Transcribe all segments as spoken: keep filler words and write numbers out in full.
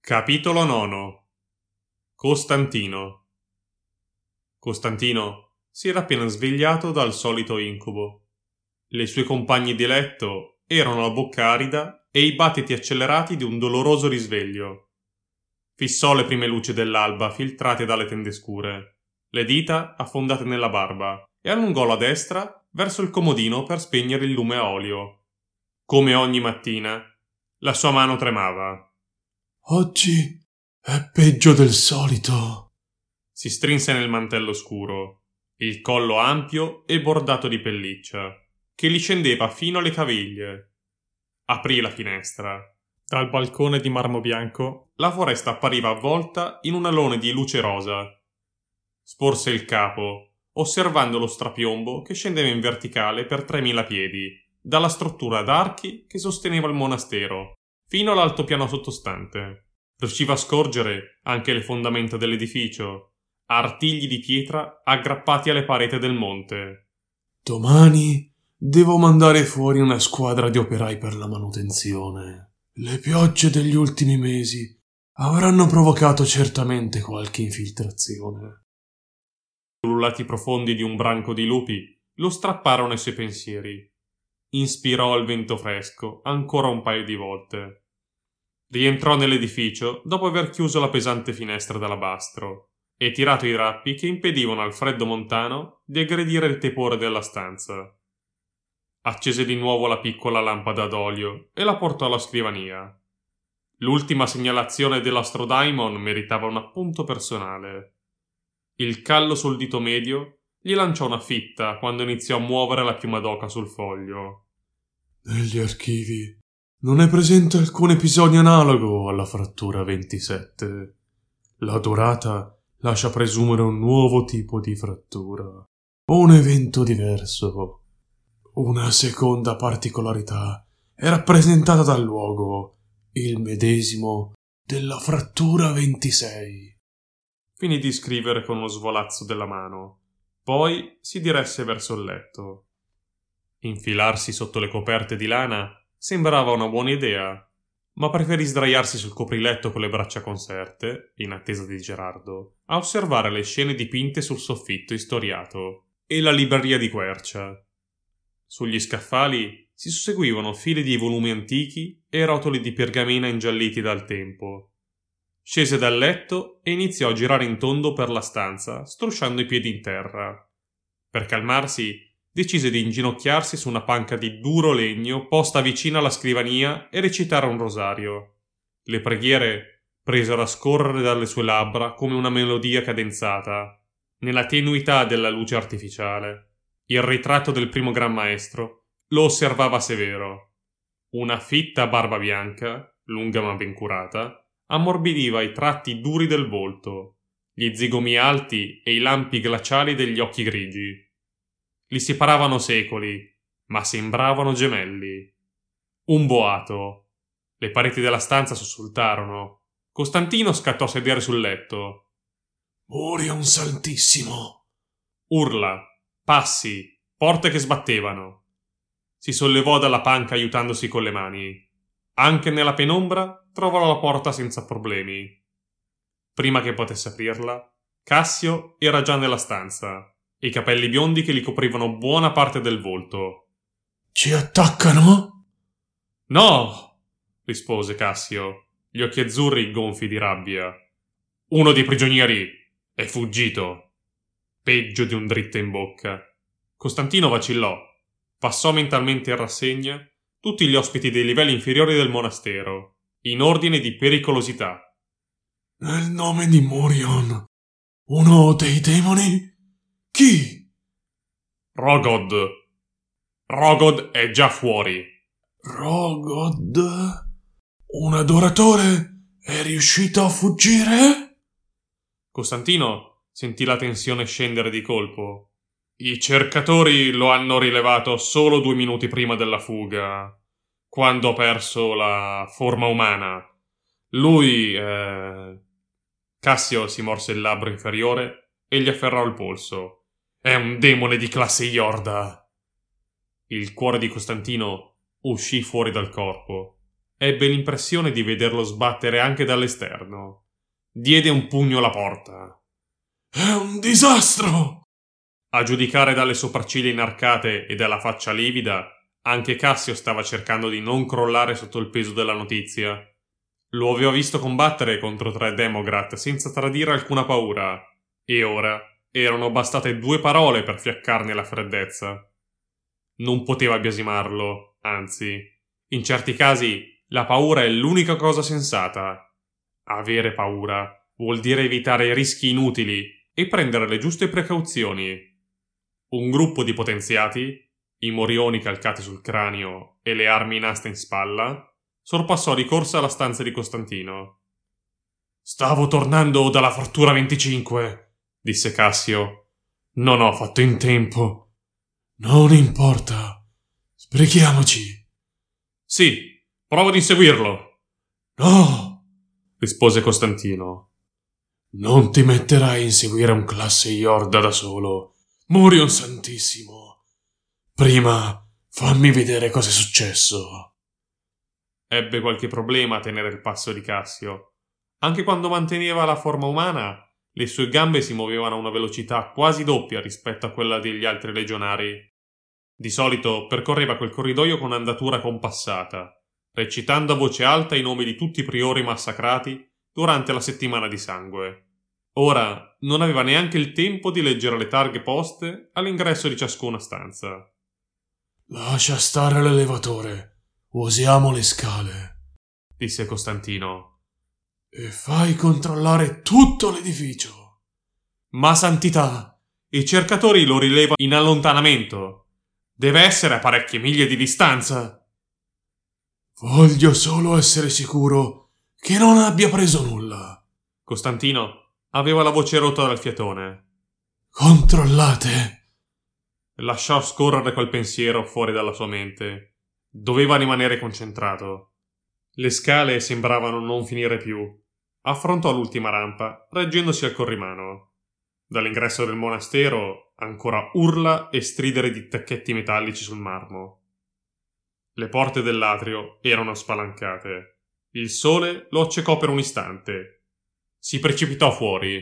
Capitolo nono. Costantino. Costantino si era appena svegliato dal solito incubo. Le sue compagne di letto erano la bocca arida e i battiti accelerati di un doloroso risveglio. Fissò le prime luci dell'alba filtrate dalle tende scure, le dita affondate nella barba, e allungò la destra verso il comodino per spegnere il lume a olio. Come ogni mattina, la sua mano tremava. Oggi è peggio del solito. Si strinse nel mantello scuro, il collo ampio e bordato di pelliccia, che gli scendeva fino alle caviglie. Aprì la finestra. Dal balcone di marmo bianco la foresta appariva avvolta in un alone di luce rosa. Sporse il capo, osservando lo strapiombo che scendeva in verticale per tremila piedi, dalla struttura ad archi che sosteneva il monastero, fino all'altopiano sottostante. Riusciva a scorgere anche le fondamenta dell'edificio, artigli di pietra aggrappati alle pareti del monte. Domani devo mandare fuori una squadra di operai per la manutenzione. Le piogge degli ultimi mesi avranno provocato certamente qualche infiltrazione. I ululati profondi di un branco di lupi lo strapparono ai suoi pensieri. Inspirò il vento fresco ancora un paio di volte. Rientrò nell'edificio dopo aver chiuso la pesante finestra d'alabastro e tirato i drappi che impedivano al freddo montano di aggredire il tepore della stanza. Accese di nuovo la piccola lampada d'olio e la portò alla scrivania. L'ultima segnalazione dell'Astrodaimon meritava un appunto personale. Il callo sul dito medio gli lanciò una fitta quando iniziò a muovere la piuma d'oca sul foglio. Negli archivi non è presente alcun episodio analogo alla frattura ventisette. La durata lascia presumere un nuovo tipo di frattura, un evento diverso. Una seconda particolarità è rappresentata dal luogo, il medesimo della frattura ventisei. Finì di scrivere con uno svolazzo della mano, poi si diresse verso il letto. Infilarsi sotto le coperte di lana sembrava una buona idea, ma preferì sdraiarsi sul copriletto con le braccia conserte, in attesa di Gerardo, a osservare le scene dipinte sul soffitto istoriato e la libreria di quercia. Sugli scaffali si susseguivano file di volumi antichi e rotoli di pergamena ingialliti dal tempo. Scese dal letto e iniziò a girare in tondo per la stanza, strusciando i piedi in terra. Per calmarsi, decise di inginocchiarsi su una panca di duro legno posta vicino alla scrivania e recitare un rosario. Le preghiere presero a scorrere dalle sue labbra come una melodia cadenzata, nella tenuità della luce artificiale. Il ritratto del primo Gran Maestro lo osservava severo. Una fitta barba bianca, lunga ma ben curata, ammorbidiva i tratti duri del volto, gli zigomi alti e i lampi glaciali degli occhi grigi. Li separavano secoli, ma sembravano gemelli. Un boato. Le pareti della stanza sussultarono. Costantino scattò a sedere sul letto. Morion Santissimo! Urla, passi, porte che sbattevano. Si sollevò dalla panca aiutandosi con le mani. Anche nella penombra trovò la porta senza problemi. Prima che potesse aprirla, Cassio era già nella stanza, e i capelli biondi che gli coprivano buona parte del volto. Ci attaccano? No! Rispose Cassio, gli occhi azzurri gonfi di rabbia. Uno dei prigionieri è fuggito. Peggio di un dritto in bocca. Costantino vacillò. Passò mentalmente in rassegna tutti gli ospiti dei livelli inferiori del monastero, in ordine di pericolosità. Nel nome di Morion, uno dei demoni? Chi? Rogod. Rogod è già fuori. Rogod? Un adoratore è riuscito a fuggire? Costantino sentì la tensione scendere di colpo. I cercatori lo hanno rilevato solo due minuti prima della fuga, quando ha perso la forma umana. Lui, eh... Cassio si morse il labbro inferiore e gli afferrò il polso. È un demone di classe Iorda. Il cuore di Costantino uscì fuori dal corpo. ebbe l'impressione di vederlo sbattere anche dall'esterno. Diede un pugno alla porta. «È un disastro!» A giudicare dalle sopracciglia inarcate e dalla faccia livida, anche Cassio stava cercando di non crollare sotto il peso della notizia. Lo aveva visto combattere contro tre Demograt senza tradire alcuna paura, e ora erano bastate due parole per fiaccarne la freddezza. Non poteva biasimarlo, anzi, in certi casi la paura è l'unica cosa sensata. Avere paura vuol dire evitare rischi inutili e prendere le giuste precauzioni. Un gruppo di potenziati, i morioni calcati sul cranio e le armi in asta in spalla, sorpassò di corsa la stanza di Costantino. «Stavo tornando dalla Frattura venticinque», disse Cassio. «Non ho fatto in tempo». «Non importa. Sbrichiamoci». «Sì, provo ad inseguirlo». «No», rispose Costantino. «Non ti metterai a inseguire un classe Yorda da solo. Morion santissimo. Prima fammi vedere cosa è successo». Ebbe qualche problema a tenere il passo di Cassio. Anche quando manteneva la forma umana, le sue gambe si muovevano a una velocità quasi doppia rispetto a quella degli altri legionari. Di solito percorreva quel corridoio con andatura compassata, recitando a voce alta i nomi di tutti i priori massacrati durante la settimana di sangue. Ora non aveva neanche il tempo di leggere le targhe poste all'ingresso di ciascuna stanza. «Lascia stare l'elevatore. Usiamo le scale», disse Costantino. «E fai controllare tutto l'edificio». «Ma santità, i cercatori lo rilevano in allontanamento. Deve essere a parecchie miglia di distanza». «Voglio solo essere sicuro che non abbia preso nulla». Costantino aveva la voce rotta dal fiatone. «Controllate». Lasciò scorrere quel pensiero fuori dalla sua mente. Doveva rimanere concentrato. Le scale sembravano non finire più. Affrontò l'ultima rampa, reggendosi al corrimano. Dall'ingresso del monastero ancora urla e stridere di tacchetti metallici sul marmo. Le porte dell'atrio erano spalancate. Il sole lo accecò per un istante. Si precipitò fuori.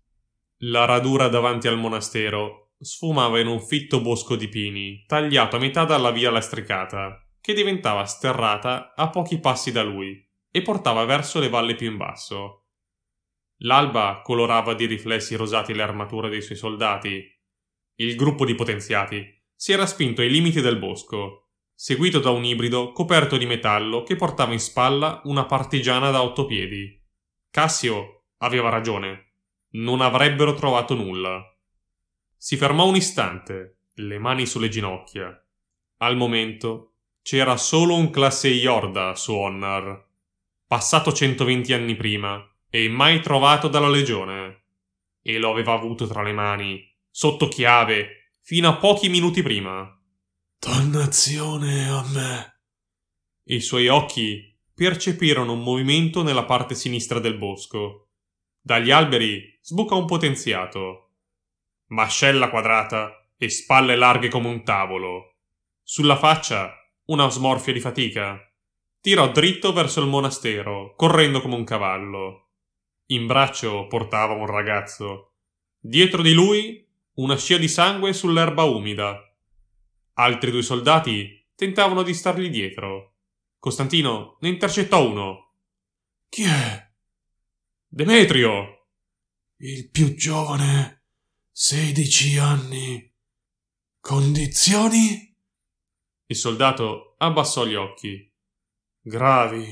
La radura davanti al monastero sfumava in un fitto bosco di pini, tagliato a metà dalla via lastricata, che diventava sterrata a pochi passi da lui e portava verso le valli più in basso. L'alba colorava di riflessi rosati le armature dei suoi soldati. Il gruppo di potenziati si era spinto ai limiti del bosco, seguito da un ibrido coperto di metallo che portava in spalla una partigiana da otto piedi. Cassio aveva ragione. Non avrebbero trovato nulla. Si fermò un istante, le mani sulle ginocchia. Al momento c'era solo un classe Yorda su Honnar, passato centoventi anni prima e mai trovato dalla legione, e lo aveva avuto tra le mani, sotto chiave, fino a pochi minuti prima. «Dannazione a me!» I suoi occhi percepirono un movimento nella parte sinistra del bosco. Dagli alberi sbucò un potenziato. Mascella quadrata e spalle larghe come un tavolo. Sulla faccia una smorfia di fatica. Tirò dritto verso il monastero, correndo come un cavallo. In braccio portava un ragazzo. Dietro di lui una scia di sangue sull'erba umida. Altri due soldati tentavano di stargli dietro. Costantino ne intercettò uno. «Chi è?» «Demetrio!» «Il più giovane, sedici anni. Condizioni?» Il soldato abbassò gli occhi. «Gravi.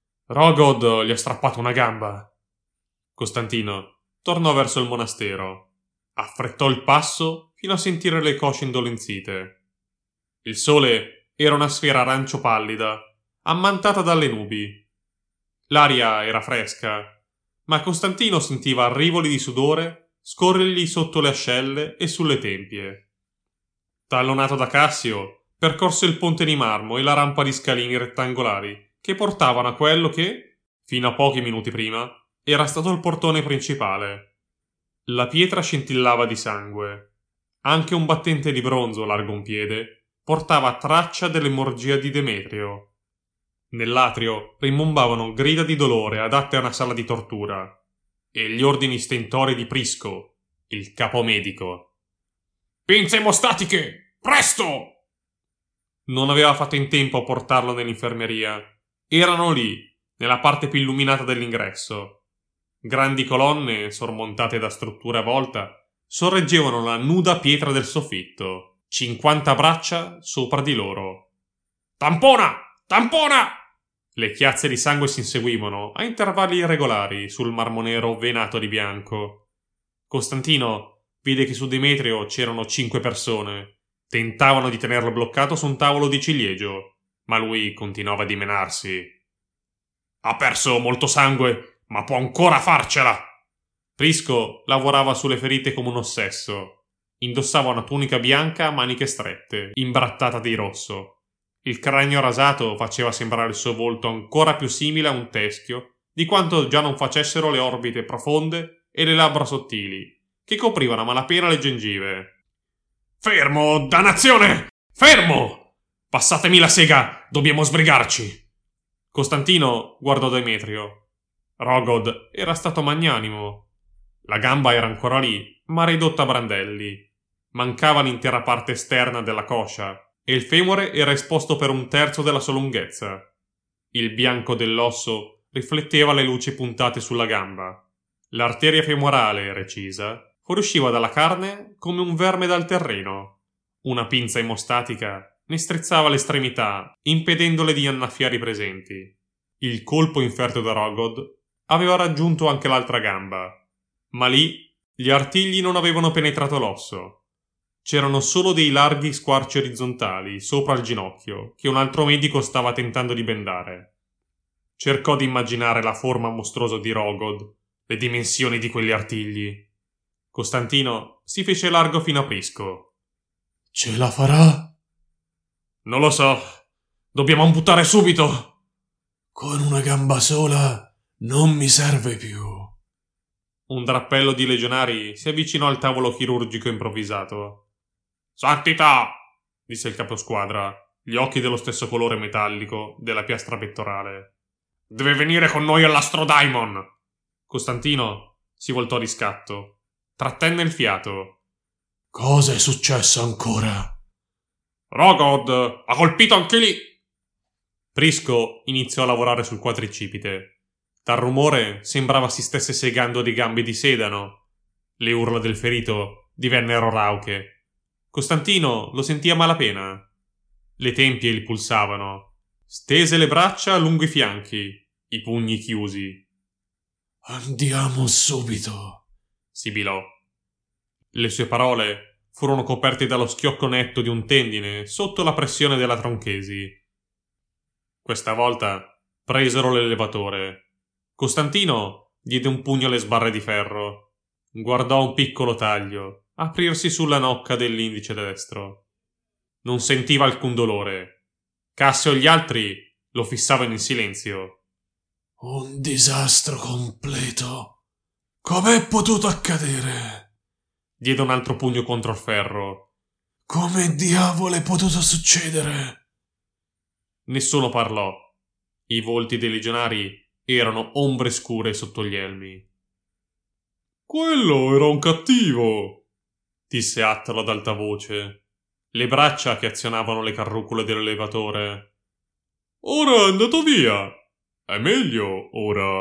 Rogod gli ha strappato una gamba». Costantino tornò verso il monastero. Affrettò il passo fino a sentire le cosce indolenzite. Il sole era una sfera arancio pallida, ammantata dalle nubi. L'aria era fresca, ma Costantino sentiva rivoli di sudore scorrergli sotto le ascelle e sulle tempie. Tallonato da Cassio, percorse il ponte di marmo e la rampa di scalini rettangolari che portavano a quello che, fino a pochi minuti prima, era stato il portone principale. La pietra scintillava di sangue. Anche un battente di bronzo largo un piede portava traccia dell'emorgia di Demetrio. Nell'atrio rimbombavano grida di dolore adatte a una sala di tortura e gli ordini stentori di Prisco, il capo medico. «Pinze emostatiche! Presto!» Non aveva fatto in tempo a portarlo nell'infermeria. Erano lì, nella parte più illuminata dell'ingresso. Grandi colonne, sormontate da strutture a volta, sorreggevano la nuda pietra del soffitto. Cinquanta braccia sopra di loro. «Tampona! Tampona!» Le chiazze di sangue si inseguivano a intervalli irregolari sul marmo nero venato di bianco. Costantino vide che su Demetrio c'erano cinque persone. Tentavano di tenerlo bloccato su un tavolo di ciliegio, ma lui continuava a dimenarsi. «Ha perso molto sangue, ma può ancora farcela!» Prisco lavorava sulle ferite come un ossesso. Indossava una tunica bianca a maniche strette, imbrattata di rosso. Il cranio rasato faceva sembrare il suo volto ancora più simile a un teschio di quanto già non facessero le orbite profonde e le labbra sottili, che coprivano a malapena le gengive. «Fermo, dannazione! Fermo! Passatemi la sega, dobbiamo sbrigarci!» Costantino guardò Demetrio. Rogod era stato magnanimo. La gamba era ancora lì, ma ridotta a brandelli. Mancava l'intera parte esterna della coscia e il femore era esposto per un terzo della sua lunghezza. Il bianco dell'osso rifletteva le luci puntate sulla gamba. L'arteria femorale, recisa, fuoriusciva dalla carne come un verme dal terreno. Una pinza emostatica ne strizzava l'estremità, impedendole di annaffiare i presenti. Il colpo inferto da Rogod aveva raggiunto anche l'altra gamba, ma lì gli artigli non avevano penetrato l'osso. C'erano solo dei larghi squarci orizzontali sopra il ginocchio che un altro medico stava tentando di bendare. Cercò di immaginare la forma mostruosa di Rogod, le dimensioni di quegli artigli. Costantino si fece largo fino a Prisco. «Ce la farà?» «Non lo so. Dobbiamo amputare subito!» «Con una gamba sola non mi serve più!» Un drappello di legionari si avvicinò al tavolo chirurgico improvvisato. «Santità!» disse il caposquadra, gli occhi dello stesso colore metallico della piastra pettorale. «Deve venire con noi all'Astrodaimon!» Costantino si voltò di scatto. Trattenne il fiato. «Cosa è successo ancora?» «Rogod ha colpito anche lì!» Prisco iniziò a lavorare sul quadricipite. Dal rumore sembrava si stesse segando dei gambi di sedano. Le urla del ferito divennero rauche. Costantino lo sentì a malapena. Le tempie gli pulsavano. Stese le braccia lungo i fianchi, i pugni chiusi. «Andiamo subito», sibilò. Le sue parole furono coperte dallo schiocco netto di un tendine sotto la pressione della tronchesi. Questa volta presero l'elevatore. Costantino diede un pugno alle sbarre di ferro. Guardò un piccolo taglio aprirsi sulla nocca dell'indice destro. Non sentiva alcun dolore. Cassio e gli altri lo fissavano in silenzio. «Un disastro completo. Com'è potuto accadere?» Diede un altro pugno contro il ferro. «Come diavolo è potuto succedere?» Nessuno parlò. I volti dei legionari erano ombre scure sotto gli elmi. «Quello era un cattivo!» disse Attalo ad alta voce, le braccia che azionavano le carrucole dell'elevatore. «Ora è andato via! È meglio, ora!»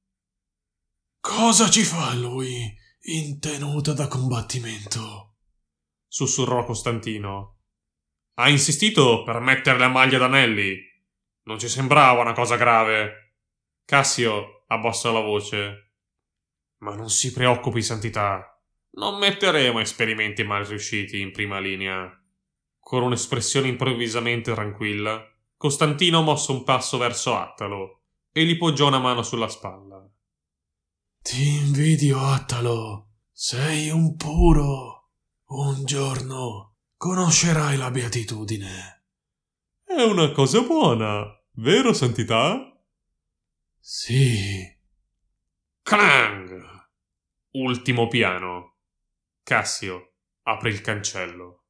«Cosa ci fa lui in tenuta da combattimento?» sussurrò Costantino. «Ha insistito per mettere la maglia d'anelli. Non ci sembrava una cosa grave.» Cassio abbassò la voce. «Ma non si preoccupi, Santità. Non metteremo esperimenti mal riusciti in prima linea.» Con un'espressione improvvisamente tranquilla, Costantino mosse un passo verso Attalo e gli poggiò una mano sulla spalla. «Ti invidio, Attalo. Sei un puro. Un giorno conoscerai la beatitudine.» «È una cosa buona, vero, Santità?» «Sì.» Clang! Ultimo piano. Cassio apre il cancello.